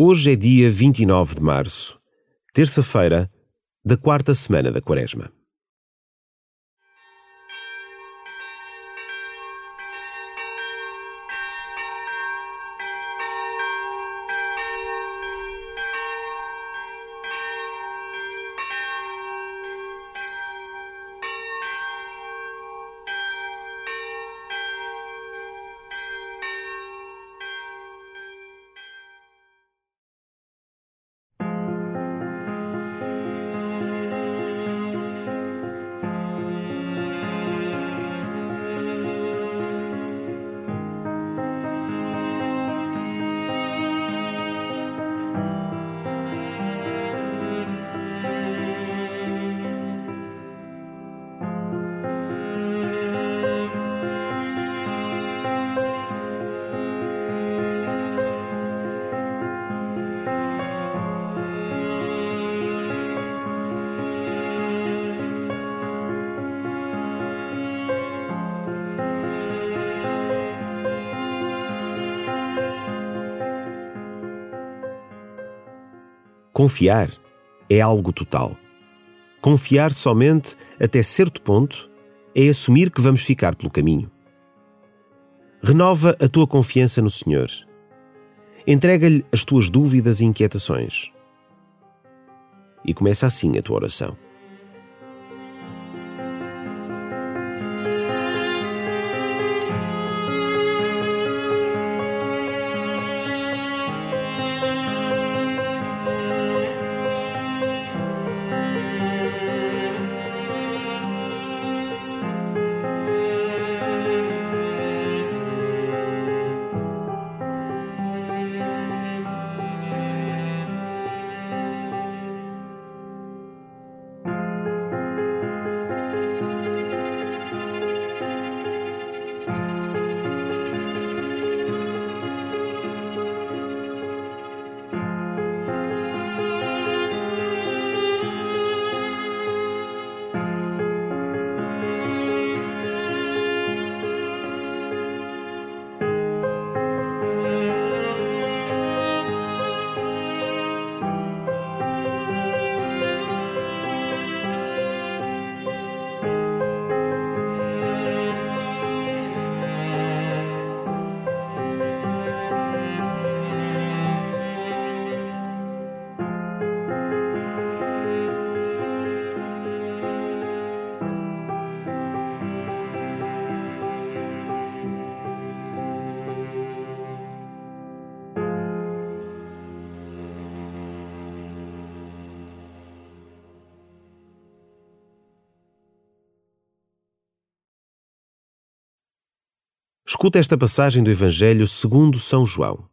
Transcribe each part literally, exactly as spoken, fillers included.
Hoje é dia vinte e nove de março, terça-feira da quarta semana da Quaresma. Confiar é algo total. Confiar somente até certo ponto é assumir que vamos ficar pelo caminho. Renova a tua confiança no Senhor. Entrega-lhe as tuas dúvidas e inquietações. E começa assim a tua oração. Escuta esta passagem do Evangelho segundo São João.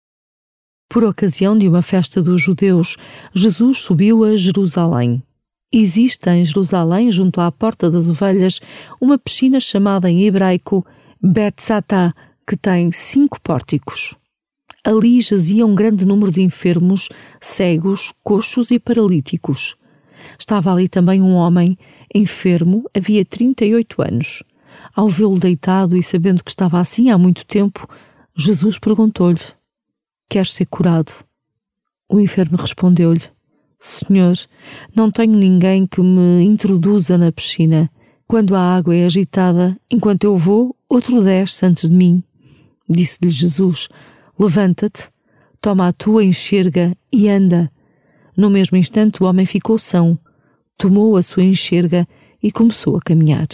Por ocasião de uma festa dos judeus, Jesus subiu a Jerusalém. Existe em Jerusalém, junto à Porta das Ovelhas, uma piscina chamada em hebraico Betzatá, que tem cinco pórticos. Ali jazia um grande número de enfermos, cegos, coxos e paralíticos. Estava ali também um homem, enfermo, havia trinta e oito anos. Ao vê-lo deitado e sabendo que estava assim há muito tempo, Jesus perguntou-lhe: "Queres ser curado?" O enfermo respondeu-lhe: "Senhor, não tenho ninguém que me introduza na piscina. Quando a água é agitada, enquanto eu vou, outro desce antes de mim." Disse-lhe Jesus: "Levanta-te, toma a tua enxerga e anda." No mesmo instante o homem ficou são, tomou a sua enxerga e começou a caminhar.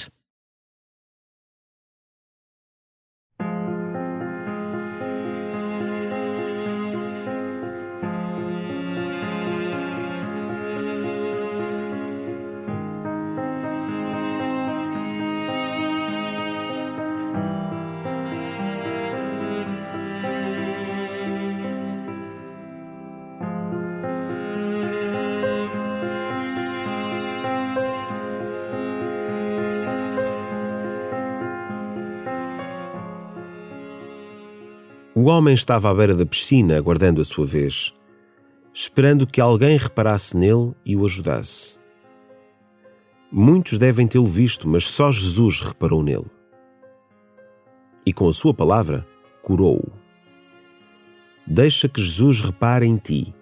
O homem estava à beira da piscina, aguardando a sua vez, esperando que alguém reparasse nele e o ajudasse. Muitos devem tê-lo visto, mas só Jesus reparou nele. E com a sua palavra, curou-o. Deixa que Jesus repare em ti.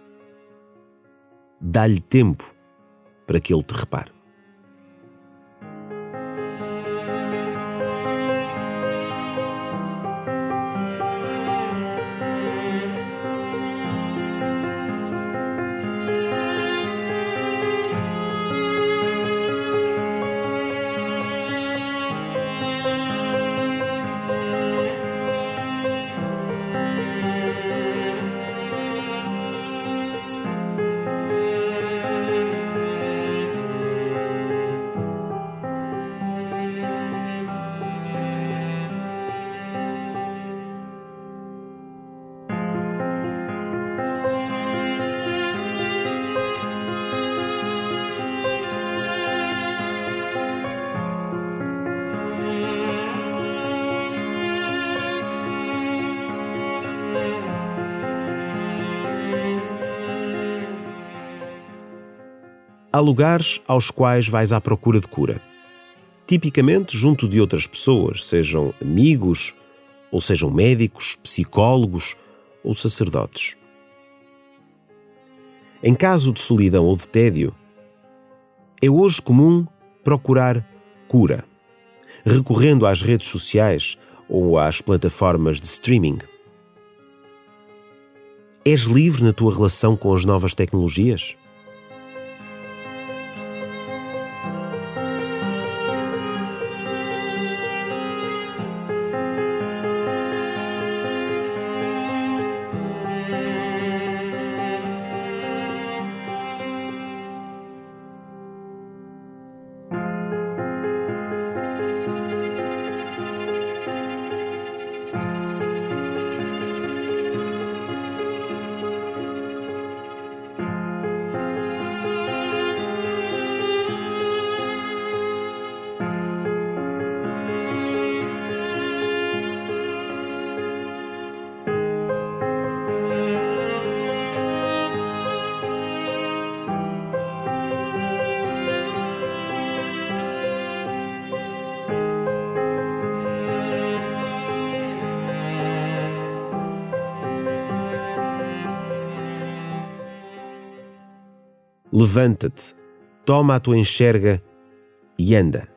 Dá-lhe tempo para que ele te repare. Há lugares aos quais vais à procura de cura. Tipicamente junto de outras pessoas, sejam amigos, ou sejam médicos, psicólogos ou sacerdotes. Em caso de solidão ou de tédio, é hoje comum procurar cura, recorrendo às redes sociais ou às plataformas de streaming. És livre na tua relação com as novas tecnologias? Levanta-te, toma a tua enxerga e anda.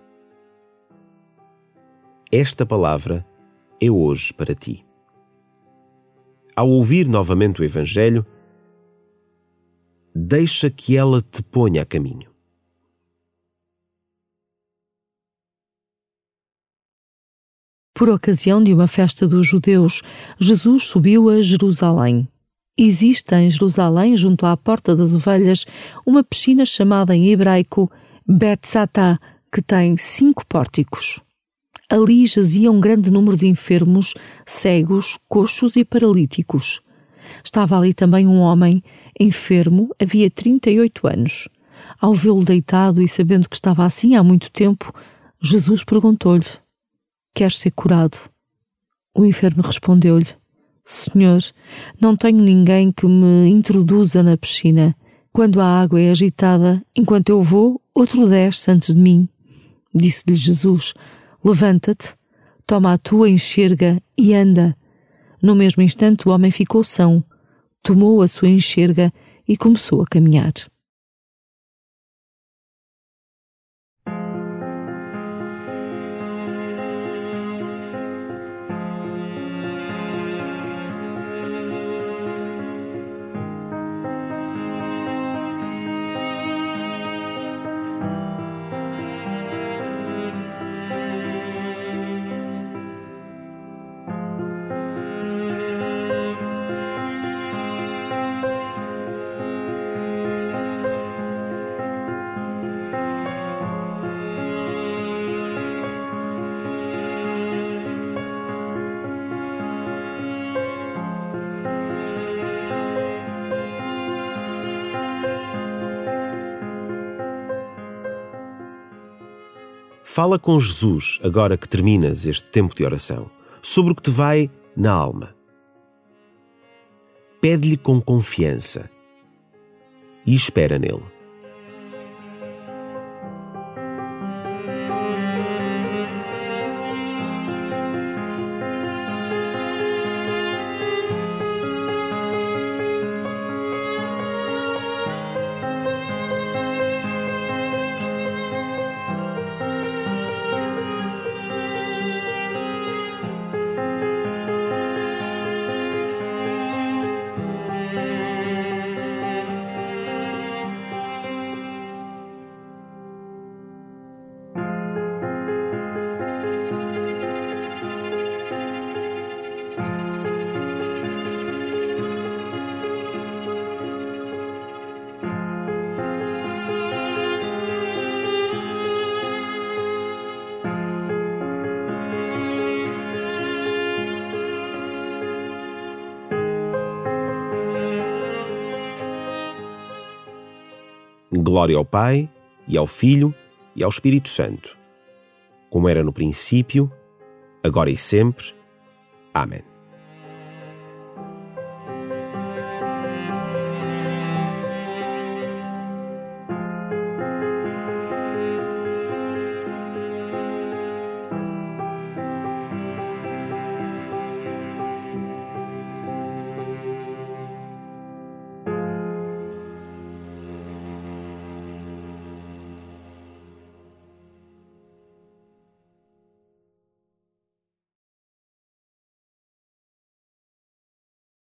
Esta palavra é hoje para ti. Ao ouvir novamente o Evangelho, deixa que ela te ponha a caminho. Por ocasião de uma festa dos judeus, Jesus subiu a Jerusalém. Existe em Jerusalém, junto à Porta das Ovelhas, uma piscina chamada em hebraico Bet-Zatá, que tem cinco pórticos. Ali jazia um grande número de enfermos, cegos, coxos e paralíticos. Estava ali também um homem, enfermo, havia trinta e oito anos. Ao vê-lo deitado e sabendo que estava assim há muito tempo, Jesus perguntou-lhe: "Queres ser curado?" O enfermo respondeu-lhe: "Senhor, não tenho ninguém que me introduza na piscina. Quando a água é agitada, enquanto eu vou, outro desce antes de mim." Disse-lhe Jesus: "Levanta-te, toma a tua enxerga e anda." No mesmo instante o homem ficou são, tomou a sua enxerga e começou a caminhar. Fala com Jesus, agora que terminas este tempo de oração, sobre o que te vai na alma. Pede-lhe com confiança e espera nele. Glória ao Pai, e ao Filho, e ao Espírito Santo, como era no princípio, agora e sempre. Amém.